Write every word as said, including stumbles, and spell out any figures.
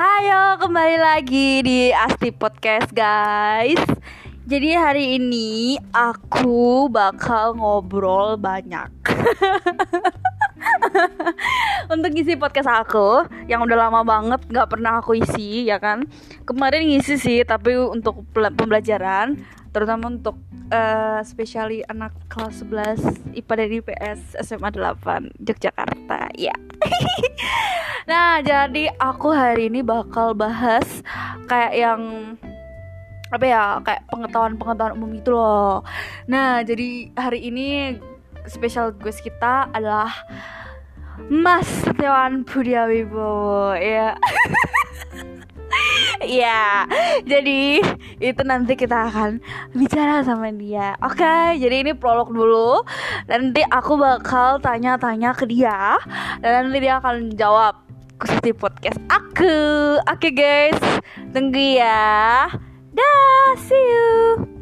Hayo, kembali lagi di Asti Podcast, guys. Jadi hari ini aku bakal ngobrol banyak. Untuk isi podcast aku yang udah lama banget gak pernah aku isi, ya kan. Kemarin ngisi sih, tapi untuk pembelajaran, terutama untuk uh, spesiali anak kelas sebelas I P A dan I P S S M A delapan Yogyakarta. Ya. Nah, jadi aku hari ini bakal bahas kayak yang apa ya, kayak pengetahuan-pengetahuan umum gitu loh. Nah, jadi hari ini spesial guest kita adalah Mas Setiawan Budiawibowo, ya. Ya, jadi itu nanti kita akan bicara sama dia. Oke, okay, jadi ini prolog dulu. Nanti aku bakal tanya-tanya ke dia, dan nanti dia akan jawab di podcast aku. Oke okay, guys, tunggu ya. Dah, see you.